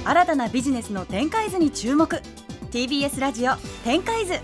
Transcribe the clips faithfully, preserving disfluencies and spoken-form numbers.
新たなビジネスの展開図に注目。 ティービーエス ラジオ展開図。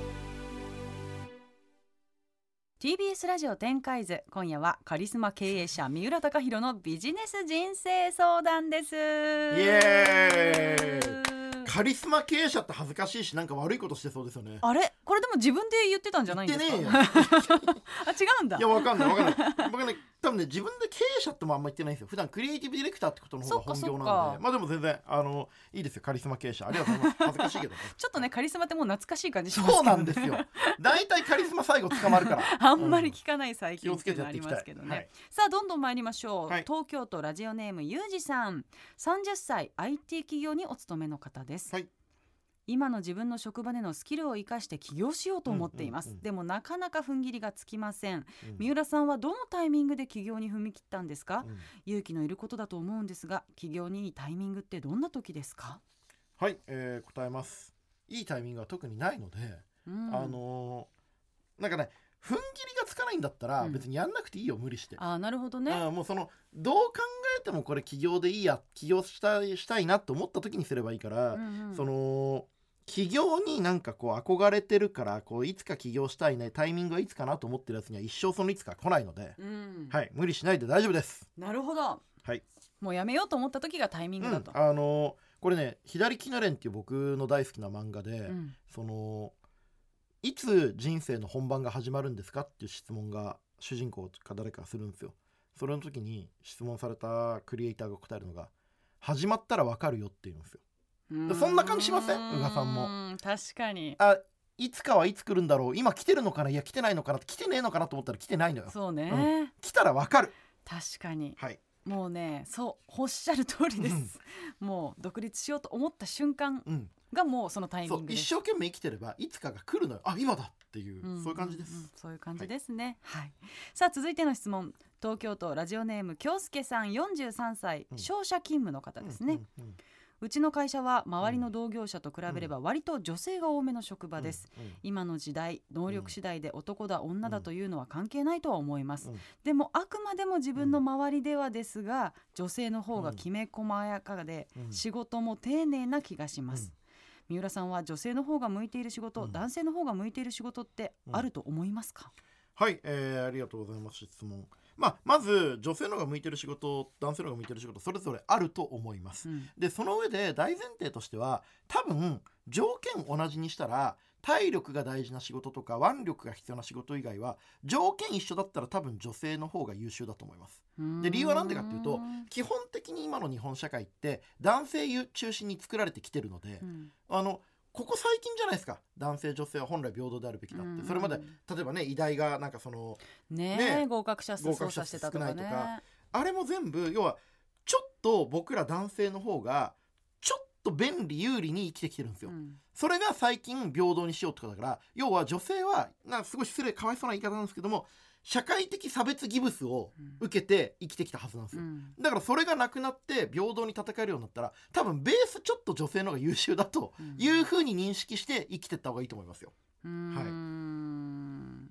ティービーエス ラジオ展開図、今夜はカリスマ経営者三浦貴大のビジネス人生相談です。イエーイ。カリスマ経営者って恥ずかしいし、なんか悪いことしてそうですよね。 あれこれでも自分で言ってたんじゃないんですか？ 言ってねえよあ、違うんだ。 いや、わかんないわかんないわかんない。多分ね、自分で経営者ってもあんま言ってないんですよ。普段クリエイティブディレクターってことの方が本業なんで。まあでも全然あのいいですよ、カリスマ経営者。ありがとうございます。恥ずかしいけどね。 ちょっとね、カリスマってもう懐かしい感じしますけど、ね、 そうなんですよ。だいたいカリスマ最後捕まるからあんまり聞かない最近気をつけてっていうのありやっていきたい。 ますけどね、 はい、 さあどんどん参りましょう、 はい、 東京都ラジオネームゆうじさん、さんじゅっさい アイティー 企業にお勤めの方です、 はい、 今の自分の職場でのスキルを生かして起業しようと思っています、 うんうんうん、 でもなかなか踏ん切りがつきません、うん、 うん、 三浦さんはどのタイミングで起業に踏み切ったんですか、 うん、 勇気のいることだと思うんですが、起業にいいタイミングってどんな時ですか？ はい、えー、答えます。いいタイミングは特にないので、 うん、 あのー、なんかね、踏ん切りがつかないんだったら別にやんなくていいよ、無理して。 あー、なるほどね。 あ、もうそのどう考えてもこれ起業でいいや、起業したい、したいなと思った時にすればいいから、うんうん、その起業になんかこう憧れてるから、こういつか起業したいね、タイミングはいつかなと思ってるやつには一生そのいつか来ないので、うん、はい、無理しないで大丈夫です。 なるほど、 はい、 もうやめようと思った時がタイミングだと、 うん、あのー、これね、左キナレンっていう僕の大好きな漫画で、うん、そのいつ人生の本番が始まるんですかっていう質問が主人公か誰かするんですよ。それの時に質問されたクリエイターが答えるのが、始まったらわかるよって言うんですよ。そんな感じしません？宇賀さんも。 確かに。 あ、いつかはいつ来るんだろう、今来てるのかな、いや来てないのかな、来てねえのかなと思ったら来てないのよ。 そうね、 うん、来たらわかる。 確かに、 はい、 もうね、そうおっしゃる通りです、うん、もう独立しようと思った瞬間がもうそのタイミングです。 そう、一生懸命生きてればいつかが来るのよ。あ、今だっていう、うん、そういう感じです、うんうん、 そういう感じですね、はいはい、さあ続いての質問、東京都ラジオネーム京介さん、よんじゅうさんさい、うん、商社勤務の方ですね、うんうんうん、うちの会社は周りの同業者と比べれば割と女性が多めの職場です、うんうん、今の時代能力次第で男だ女だというのは関係ないとは思います、うん、でもあくまでも自分の周りではですが、女性の方がきめ細やかで、うん、仕事も丁寧な気がします、うん、三浦さんは女性の方が向いている仕事、うん、男性の方が向いている仕事ってあると思いますか？ うん、はい、えー、ありがとうございます。質問、まあ、まず女性の方が向いてる仕事、男性の方が向いてる仕事、それぞれあると思います、うん、でその上で大前提としては、多分条件同じにしたら体力が大事な仕事とか腕力が必要な仕事以外は条件一緒だったら多分女性の方が優秀だと思います。で理由は何でかっていうと、基本的に今の日本社会って男性中心に作られてきてるので、うん、あのここ最近じゃないですか、男性女性は本来平等であるべきだって、うんうん、それまで例えばね、医大がなんかそのねね、 合格者数操作してたとかね、とかあれも全部要はちょっと僕ら男性の方がちょっと便利有利に生きてきてるんですよ、うん、それが最近平等にしようってことだから、要は女性はなんかすごい失礼かわいそうな言い方なんですけども、社会的差別ギブスを受けて生きてきたはずなんですよ、うん、だからそれがなくなって平等に戦えるようになったら、多分ベースちょっと女性の方が優秀だという風に認識して生きていった方がいいと思いますよ、 うん、はい、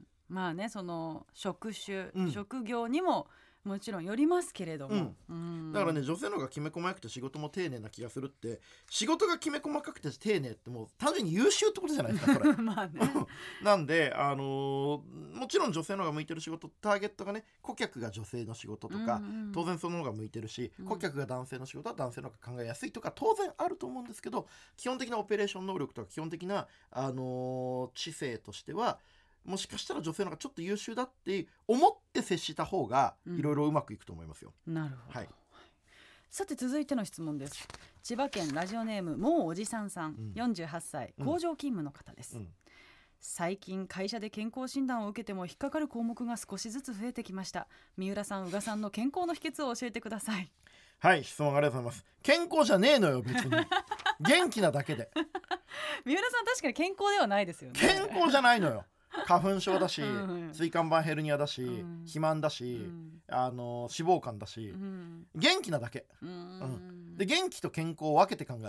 まあね、その職種、うん、職業にももちろんよりますけれども、うんうん、 だからね、女性の方がきめ細かくて仕事も丁寧な気がするって、仕事がきめ細かくて丁寧ってもう単純に優秀ってことじゃないですか、それまあねなんで、あのー、もちろん女性の方が向いてる仕事、ターゲットがね、顧客が女性の仕事とか、うんうん、当然その方が向いてるし、うん、顧客が男性の仕事は男性の方が考えやすいとか当然あると思うんですけど、基本的なオペレーション能力とか基本的な、あのー、知性としてはもしかしたら女性の方がちょっと優秀だって思って接した方がいろいろうまくいくと思いますよ、 うん、なるほど、 はい、 さて続いての質問です。千葉県ラジオネームもうおじさんさん、うん、よんじゅうはっさい、工場勤務の方です、うん、最近会社で健康診断を受けても引っかかる項目が少しずつ増えてきました。三浦さん、宇賀さんの健康の秘訣を教えてください。 はい、質問ありがとうございます。健康じゃねえのよ別に元気なだけで三浦さん確かに健康ではないですよね。 健康じゃないのよ。花粉症だし、うん、椎間板ヘルニアだし、うん、肥満だし、うん、あの脂肪肝だし、うん、元気なだけ、うんうん、で元気と健康を分けて考える。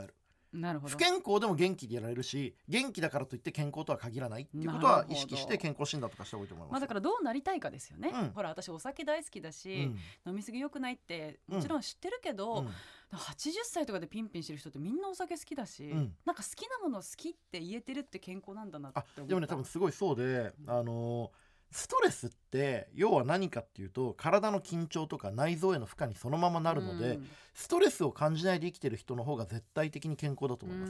なるほど。 不健康でも元気でやられるし、元気だからといって健康とは限らないっていうことは意識して健康診断とかした方がいいと思います。 まあ、だからどうなりたいかですよね、 うん、 ほら私お酒大好きだし、 うん、 飲みすぎ良くないってもちろん知ってるけど、 うん、 はちじゅっさいとかでピンピンしてる人ってみんなお酒好きだし、 うん、 なんか好きなもの好きって言えてるって健康なんだなって思った。 あでもね多分すごいそうで、あのーストレスって要は何かっていうと体の緊張とか内臓への負荷にそのままなるので、 うん、 ストレスを感じないで生きてる人の方が絶対的に健康だと思います。 うん、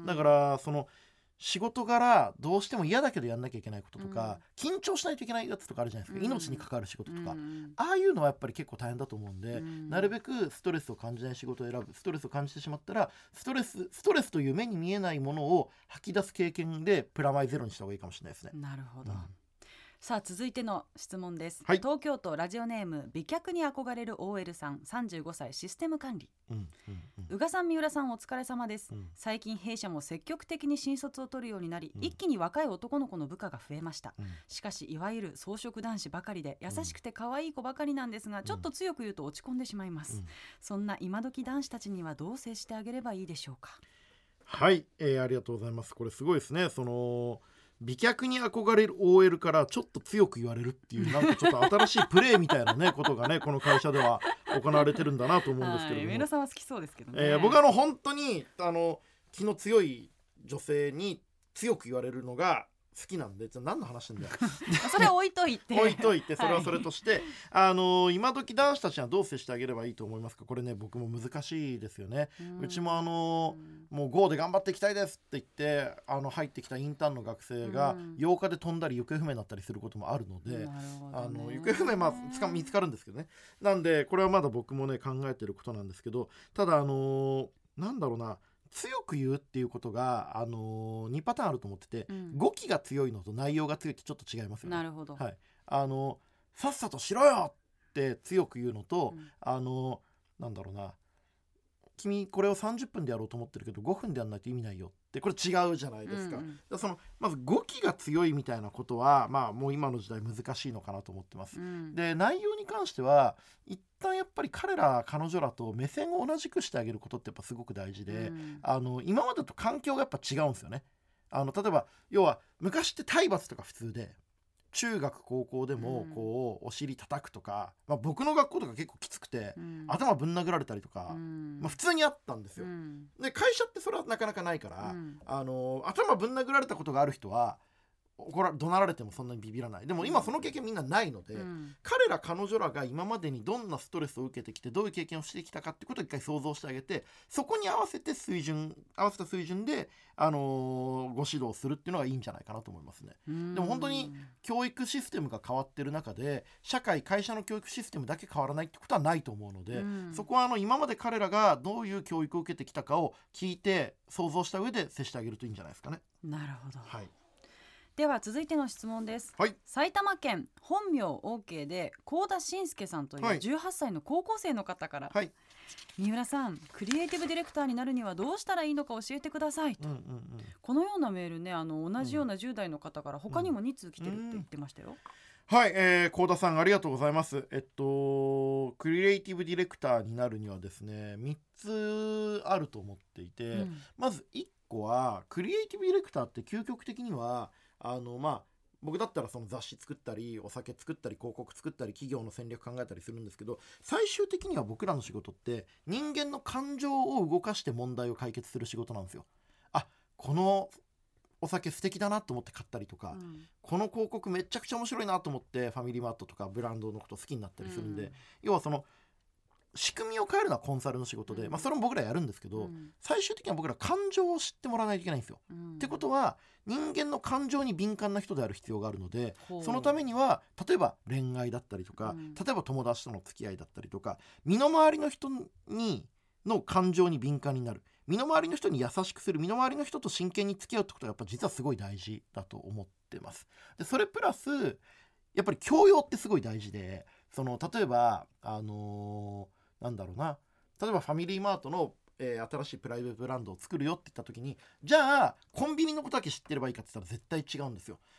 だからその仕事柄どうしても嫌だけどやんなきゃいけないこととか、うん、緊張しないといけないやつとかあるじゃないですか、うん、命に関わる仕事とか、うん、ああいうのはやっぱり結構大変だと思うんで、うん、なるべくストレスを感じない仕事を選ぶ。ストレスを感じてしまったらストレスストレスという目に見えないものを吐き出す経験でプラマイゼロにした方がいいかもしれないですね。 なるほど、うん、さあ続いての質問です、 はい、 東京都ラジオネーム美脚に憧れる オーエル さん、さんじゅうごさい、システム管理、うんうんうん、宇賀さん三浦さんお疲れ様です、うん、最近弊社も積極的に新卒を取るようになり、うん、一気に若い男の子の部下が増えました、うん、しかしいわゆる草食男子ばかりで優しくて可愛い子ばかりなんですが、うん、ちょっと強く言うと落ち込んでしまいます、うん、そんな今時男子たちにはどう接してあげればいいでしょうか。 はい、えー、ありがとうございます。これすごいですね。その美脚に憧れる オーエル からちょっと強く言われるっていうなんかちょっと新しいプレーみたいなねことがねこの会社では行われてるんだなと思うんですけれども、 皆さんは好きそうですけどね、 えー、僕はあの本当にあの気の強い女性に強く言われるのが好きなんで、何の話なんだよそれ置いといて置いといてそれはそれとして、はい、あの今時男子たちにはどう接してあげればいいと思いますか。これね僕も難しいですよね。うちもあのもう ゴー で頑張っていきたいですって言ってあの入ってきたインターンの学生がようかで飛んだり行方不明になったりすることもあるので、あの行方不明まあ見つかるんですけどね。なんでこれはまだ僕もね考えてることなんですけど、ただあのなんだろうな、強く言うっていうことが、あのー、にパターンあると思ってて、うん、語気が強いのと内容が強いってちょっと違いますよね。 なるほど、 はい、あのさっさとしろよって強く言うのと、うん、あのなんだろうな、君これをさんじゅっぷんでやろうと思ってるけどごふんでやんないと意味ないよってこれ違うじゃないですか、うんうん、だそのまず語気が強いみたいなことはまあもう今の時代難しいのかなと思ってます、うん、で内容に関しては一旦やっぱり彼ら彼女らと目線を同じくしてあげることってやっぱすごく大事で、うん、あの今までと環境がやっぱ違うんですよね。あの例えば要は昔って体罰とか普通で中学高校でもこうお尻叩くとか、まあ、僕の学校とか結構きつくて、うん、頭ぶん殴られたりとか、うんまあ、普通にあったんですよ、うん、で会社ってそれはなかなかないから、うん、あの頭ぶん殴られたことがある人はこれは怒鳴られてもそんなにビビらない。でも今その経験みんなないので、うん、彼ら彼女らが今までにどんなストレスを受けてきてどういう経験をしてきたかってことを一回想像してあげて、そこに合わせて水準合わせた水準で、あのー、ご指導するっていうのがいいんじゃないかなと思いますね。でも本当に教育システムが変わってる中で社会会社の教育システムだけ変わらないってことはないと思うので、そこはあの今まで彼らがどういう教育を受けてきたかを聞いて想像した上で接してあげるといいんじゃないですかね。 なるほど、 はい。 では続いての質問です、 はい、 埼玉県本名 OK で幸田伸介さんというじゅうはっさいの高校生の方から、はい、三浦さんクリエイティブディレクターになるにはどうしたらいいのか教えてくださいと、うんうんうん、このようなメールね、あの同じようなじゅう代の方から他にもに通来てるって言ってましたよ、 うんうん、はい、えー、幸田さんありがとうございます。えっとクリエイティブディレクターになるにはですねみっつあると思っていて、うん、まずいっこはクリエイティブディレクターって究極的にはあのまあ僕だったらその雑誌作ったりお酒作ったり広告作ったり企業の戦略考えたりするんですけど、最終的には僕らの仕事って人間の感情を動かして問題を解決する仕事なんですよ。あ、このお酒素敵だなと思って買ったりとか、うん、この広告めちゃくちゃ面白いなと思ってファミリーマートとかブランドのこと好きになったりするんで、うん、要はその仕組みを変えるのはコンサルの仕事で、うんまあ、それも僕らやるんですけど、うん、最終的には僕ら感情を知ってもらわないといけないんですよ、うん、ってことは人間の感情に敏感な人である必要があるので、そのためには例えば恋愛だったりとか、うん、例えば友達との付き合いだったりとか身の回りの人にの感情に敏感になる、身の回りの人に優しくする、身の回りの人と真剣に付き合うってことがやっぱ実はすごい大事だと思ってます。でそれプラスやっぱり教養ってすごい大事で、その例えばあのーなんだろうな、例えばファミリーマートの、えー、新しいプライベートブランドを作るよって言った時に、じゃあコンビニのことだけ知ってればいいかって言ったら絶対違うんですよ。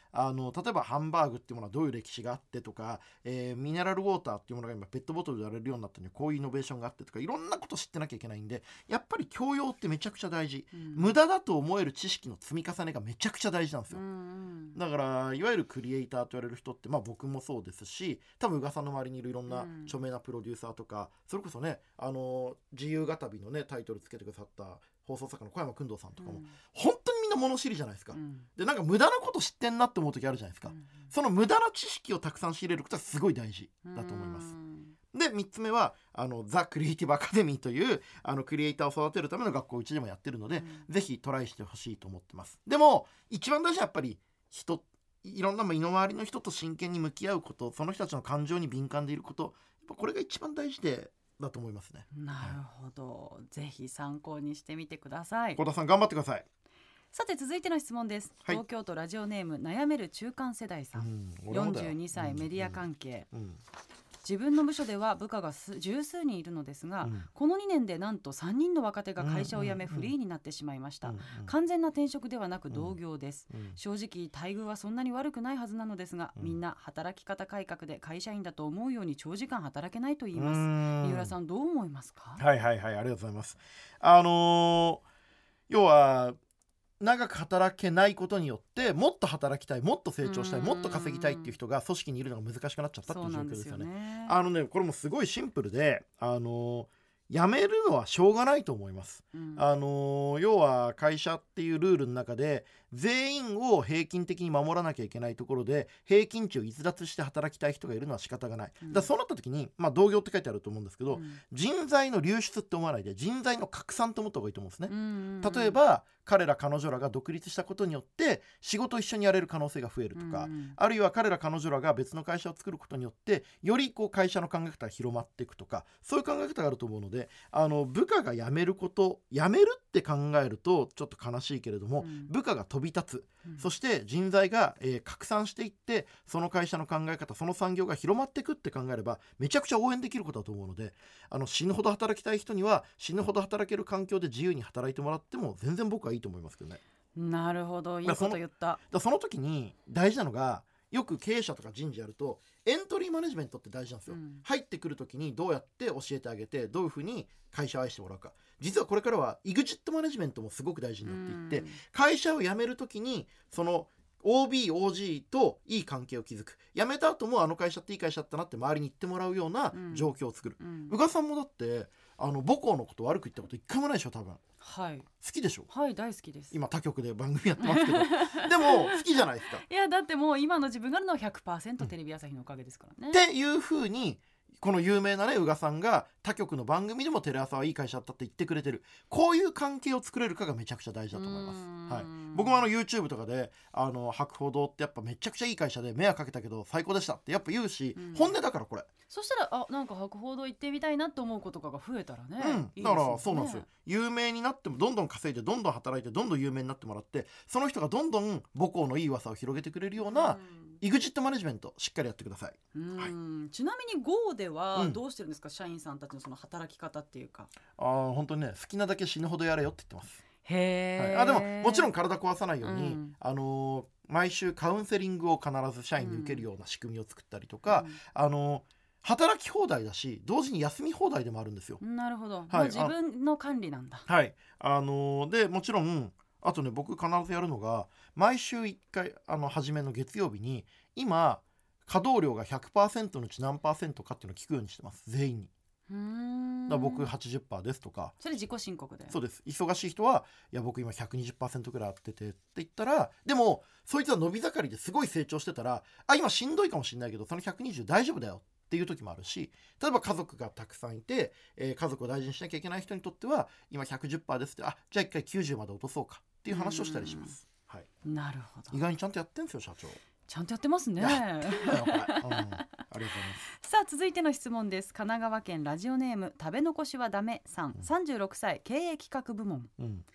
あの例えばハンバーグっていうものはどういう歴史があってとか、えー、ミネラルウォーターっていうものが今ペットボトルで売られるようになったのにこういうイノベーションがあってとかいろんなこと知ってなきゃいけないんで、やっぱり教養ってめちゃくちゃ大事、うん、無駄だと思える知識の積み重ねがめちゃくちゃ大事なんですよ、うん、だからいわゆるクリエイターと言われる人って、まあ、僕もそうですし、多分宇賀さんの周りにいるいろんな著名なプロデューサーとか、うん、それこそね、あの自由が旅のねタイトルつけてくださった放送作家の小山君堂さんとかも、うん、本当にみんな物知りじゃないですか、うん、でなんか無駄なこと知ってんなって思う時あるじゃないですか、うん、その無駄な知識をたくさん仕入れることはすごい大事だと思います、うん、でみっつめはあのザ・クリエイティブ・アカデミーというあのクリエイターを育てるための学校をうちでもやってるので、うん、ぜひトライしてほしいと思ってます。でも一番大事はやっぱり人、いろんな身の回りの人と真剣に向き合うこと、その人たちの感情に敏感でいること、やっぱこれが一番大事でだと思いますね。 なるほど、はい、ぜひ参考にしてみてください。 小田さん頑張ってください。 さて続いての質問です、はい、東京都ラジオネーム悩める中間世代さん、うん、よんじゅうにさい、うん、メディア関係、うんうん、自分の部署では部下が十数人いるのですが、うん、このにねんでなんとさんにんの若手が会社を辞めフリーになってしまいました、うんうんうん、完全な転職ではなく同業です、うんうん、正直待遇はそんなに悪くないはずなのですが、うん、みんな働き方改革で会社員だと思うように長時間働けないと言います。三浦さんどう思いますか？ はいはいはい、ありがとうございます。あのー、要は長く働けないことによってもっと働きたい、もっと成長したい、もっと稼ぎたいっていう人が組織にいるのが難しくなっちゃったっていう状況ですよね。そうなんですよね。あのね、これもすごいシンプルで、あの辞めるのはしょうがないと思います、うん、あの要は会社っていうルールの中で全員を平均的に守らなきゃいけないところで平均値を逸脱して働きたい人がいるのは仕方がない、うん、だからそうなった時に、まあ、同業って書いてあると思うんですけど、うん、人材の流出って思わないで人材の拡散と思った方がいいと思うんですね、うんうんうん、例えば彼ら彼女らが独立したことによって仕事を一緒にやれる可能性が増えるとか、うん、あるいは彼ら彼女らが別の会社を作ることによってよりこう会社の考え方が広まっていくとか、そういう考え方があると思うので、あの部下が辞めること、辞めるって考えるとちょっと悲しいけれども、うん、部下が飛び立つ、うん、そして人材が、えー、拡散していってその会社の考え方、その産業が広まっていくって考えればめちゃくちゃ応援できることだと思うので、あの死ぬほど働きたい人には死ぬほど働ける環境で自由に働いてもらっても全然僕はいいと思いますけどね。 なるほど、いいこと言った。 だからその時に大事なのが、よく経営者とか人事やるとエントリーマネジメントって大事なんですよ、うん、入ってくる時にどうやって教えてあげてどういうふうに会社を愛してもらうか。実はこれからはイグジットマネジメントもすごく大事になっていって、うん、会社を辞める時にその オービー、オージー といい関係を築く、辞めた後もあの会社っていい会社だったなって周りに言ってもらうような状況を作る、うん、宇賀さんもだってあの母校のこと悪く言ったこと一回もないでしょ多分。 はい、 好きでしょ。 はい、大好きです。 今他局で番組やってますけどでも好きじゃないですか。 いやだってもう今の自分があるのは ひゃくパーセント テレビ朝日のおかげですからね、 うん、っていう風にこの有名なね宇賀さんが他局の番組でもテレ朝はいい会社だったって言ってくれてる、こういう関係を作れるかがめちゃくちゃ大事だと思います、はい、僕もあの YouTube とかであの博報堂ってやっぱめちゃくちゃいい会社で迷惑かけたけど最高でしたってやっぱ言うし、うん、本音だからこれ。 そしたらあなんか博報堂行ってみたいなと思うことが増えたらね、 うん、いいですよね。だからそうなんですよ。有名になってもどんどん稼いでどんどん働いてどんどん有名になってもらって、その人がどんどん母校のいい噂を広げてくれるような、うん、イグジットマネジメントしっかりやってください。 うん、はい、ちなみに ゴー ではどうしてるんですか、うん、社員さんたちのその働き方っていうか。 あ本当にね好きなだけ死ぬほどやれよって言ってます。 へー、 はい、あでももちろん体壊さないように、うん、あのー、毎週カウンセリングを必ず社員に受けるような仕組みを作ったりとか、うん、あのー働き放題だし同時に休み放題でもあるんですよ。 なるほど、はい、もう自分の管理なんだ。 はい、あのー、でもちろんあとね僕必ずやるのが毎週いっかいあの初めの月曜日に今稼働量が ひゃくパーセント のうち何パーセントかっていうのを聞くようにしてます全員に。うーんだから僕 はちじゅっパーセント ですとか。 それ自己申告で。 そうです。忙しい人はいや僕今 ひゃくにじゅっパーセント くらいやっててって言ったら、でもそいつは伸び盛りですごい成長してたらあ今しんどいかもしれないけどそのひゃくにじゅう大丈夫だよっていう時もあるし、例えば家族がたくさんいて、えー、家族を大事にしなきゃいけない人にとっては今 ひゃくじゅっパーセント ですって、あじゃあ一回きゅうじゅうまで落とそうかっていう話をしたりします、はい、 なるほど。 意外にちゃんとやってんですよ社長。 ちゃんとやってますね。 やってんだよこれ、うん、ありがとうございます。 さあ続いての質問です。神奈川県ラジオネーム食べ残しはダメさん、うん、さんじゅうろくさい経営企画部門、うん、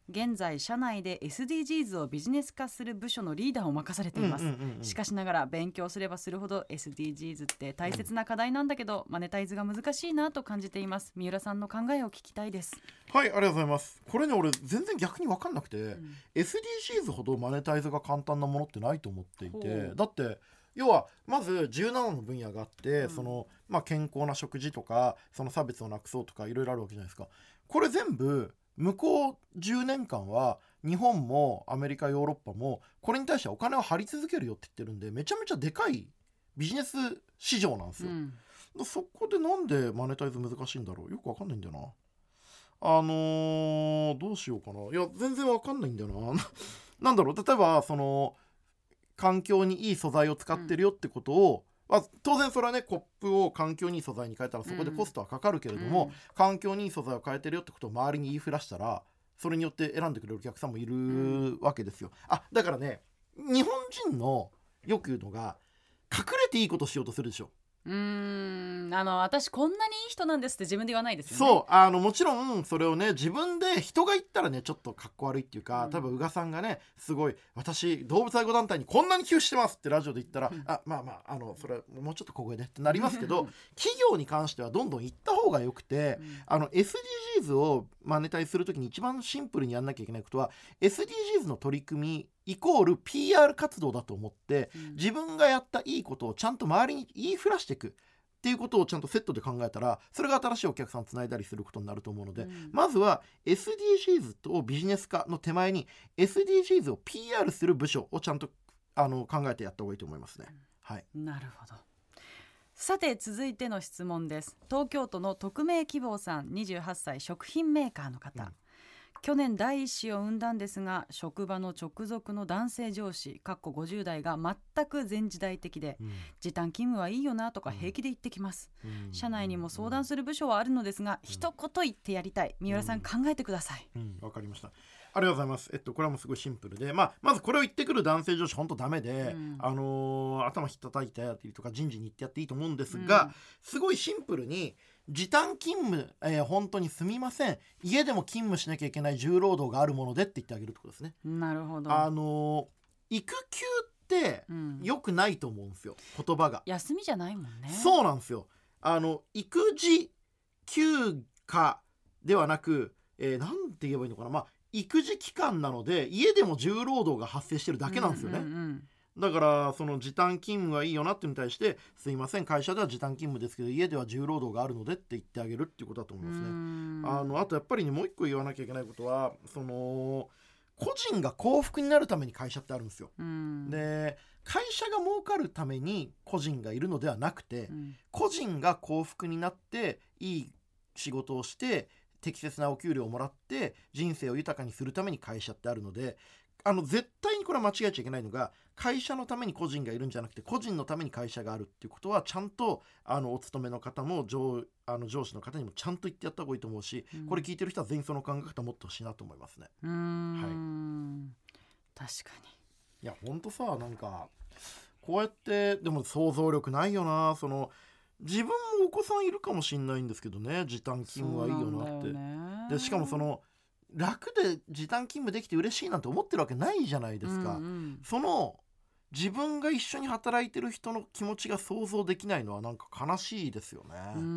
現在社内で エスディージーズ をビジネス化する部署のリーダーを任されています、うんうんうんうん、しかしながら勉強すればするほど エスディージーズ って大切な課題なんだけど、うん、マネタイズが難しいなと感じています。三浦さんの考えを聞きたいです。 はい、ありがとうございます。これね俺全然逆に分かんなくて、うん、エスディージーズ ほどマネタイズが簡単なものってないと思っていて、だって要はまずじゅうななの分野があって、うん、そのまあ、健康な食事とかその差別をなくそうとかいろいろあるわけじゃないですか。これ全部向こうじゅうねんかんは日本もアメリカヨーロッパもこれに対してはお金を張り続けるよって言ってるんで、めちゃめちゃでかいビジネス市場なんですよ、うん、そこでなんでマネタイズ難しいんだろう、よくわかんないんだよな。あのー、どうしようかな。いや全然わかんないんだよななんだろう、例えばその環境にいい素材を使ってるよってことを、うん、まあ、当然それはねコップを環境にいい素材に変えたらそこでコストはかかるけれども、うん、環境にいい素材を変えてるよってことを周りに言いふらしたらそれによって選んでくれるお客さんもいるわけですよ。あ、だからね日本人のよく言うのが隠れていいことしようとするでしょ。 うーん、あの私こんなにいい人なんですって自分で言わないですよね。 そう、あのもちろんそれをね自分で人が言ったらねちょっとかっこ悪いっていうか、うん、例えば宇賀さんがねすごい私動物愛護団体にこんなに寄付してますってラジオで言ったら、うん、あまあまああのそれもうちょっと小声でってなりますけど企業に関してはどんどん言った方がよくて、うん、あの エスディージーズ をマネタイズするときに一番シンプルにやんなきゃいけないことは エスディージーズ の取り組みイコール ピーアール 活動だと思って、うん、自分がやったいいことをちゃんと周りに言いふらしていくっていうことをちゃんとセットで考えたらそれが新しいお客さんをつないだりすることになると思うので、うん、まずは エスディージーズ とビジネス化の手前に エスディージーズ を ピーアール する部署をちゃんとあの考えてやった方がいいと思いますね、うん、はい、 なるほど。さて続いての質問です。東京都の匿名希望さん、にじゅうはっさい、食品メーカーの方、うん、去年第一子を産んだんですが職場の直属の男性上司かっこごじゅう代が全く前時代的で、うん、時短勤務はいいよなとか平気で言ってきます、うん、社内にも相談する部署はあるのですが、うん、一言言ってやりたい。三浦さん、うん、考えてください。 わ、うん、かりました。ありがとうございます。えっとこれはもうすごいシンプルで、まあ、まずこれを言ってくる男性上司本当ダメで、うん、あのー、頭ひったたいてやったりとか人事に行ってやっていいと思うんですが、うん、すごいシンプルに時短勤務、えー、本当にすみません家でも勤務しなきゃいけない重労働があるものでって言ってあげるってことですね。 なるほど。 あのー、育休って良くないと思うんですよ、うん、言葉が休みじゃないもんね。 そうなんですよ。あの育児休暇ではなく、えー、なんて言えばいいのかな、まあ育児期間なので家でも重労働が発生してるだけなんですよね、うんうんうん、だからその時短勤務はいいよなっていうのに対してすいません会社では時短勤務ですけど家では重労働があるのでって言ってあげるっていうことだと思いますね。あのあとやっぱりねもう一個言わなきゃいけないことはその個人が幸福になるために会社ってあるんですよ。で会社が儲かるために個人がいるのではなくて、うん、個人が幸福になっていい仕事をして適切なお給料をもらって人生を豊かにするために会社ってあるので、あの絶対にこれは間違えちゃいけないのが会社のために個人がいるんじゃなくて個人のために会社があるっていうことはちゃんとあのお勤めの方も 上, あの上司の方にもちゃんと言ってやった方がいいと思うし、うん、これ聞いてる人は全員その考え方を持ってほしいなと思いますね。うーん、 はい、確かに。 いやほんとさなんかこうやってでも想像力ないよな。その自分もお子さんいるかもしれないんですけどね時短勤務はいいよなって。でしかもその楽で時短勤務できて嬉しいなんて思ってるわけないじゃないですか、うんうん、その自分が一緒に働いてる人の気持ちが想像できないのはなんか悲しいですよね。 うーん、うん、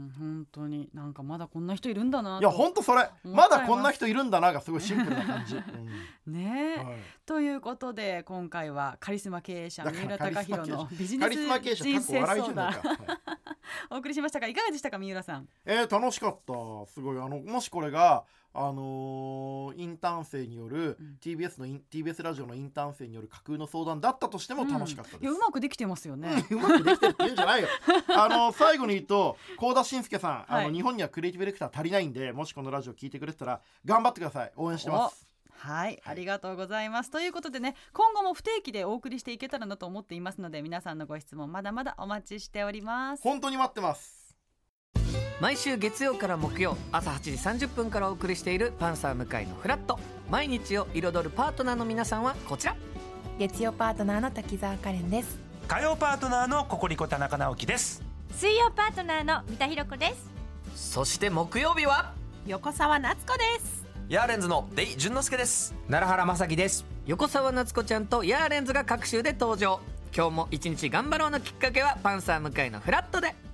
本当になんかまだこんな人いるんだなと。 いや本当それまだこんな人いるんだながすごいシンプルな感じ、 うん、ねえ、はい、ということで今回はカリスマ経営者三浦貴大のビジネス人生相談お送りしましたがいかがでしたか三浦さん。 えー、楽しかった。すごいあのもしこれがあのー、インターン生による、うん、ティービーエス の ティービーエス ラジオのインターン生による架空の相談だったとしても楽しかったです、うん、 いやうまくできてますよねうまくできてるって言うんじゃないよあの最後に言うと幸田伸介さん、はい、あの日本にはクリエイティブディレクター足りないんでもしこのラジオ聞いてくれてたら頑張ってください。応援してます。 はい、はい、ありがとうございます。ということでね今後も不定期でお送りしていけたらなと思っていますので皆さんのご質問まだまだお待ちしております。 本当に待ってます。 毎週月曜から木曜朝はちじさんじゅっぷんからお送りしているパンサー向井のフラット。毎日を彩るパートナーの皆さんはこちら。 月曜パートナーの滝沢カレンです。 火曜パートナーのココリコ田中直樹です。 水曜パートナーの三田寛子です。 そして木曜日は横澤夏子です。 ヤーレンズのデイ淳之介です。 奈良原正樹です。 横澤夏子ちゃんとヤーレンズが各週で登場。今日も一日頑張ろうのきっかけはパンサー向井のフラットで。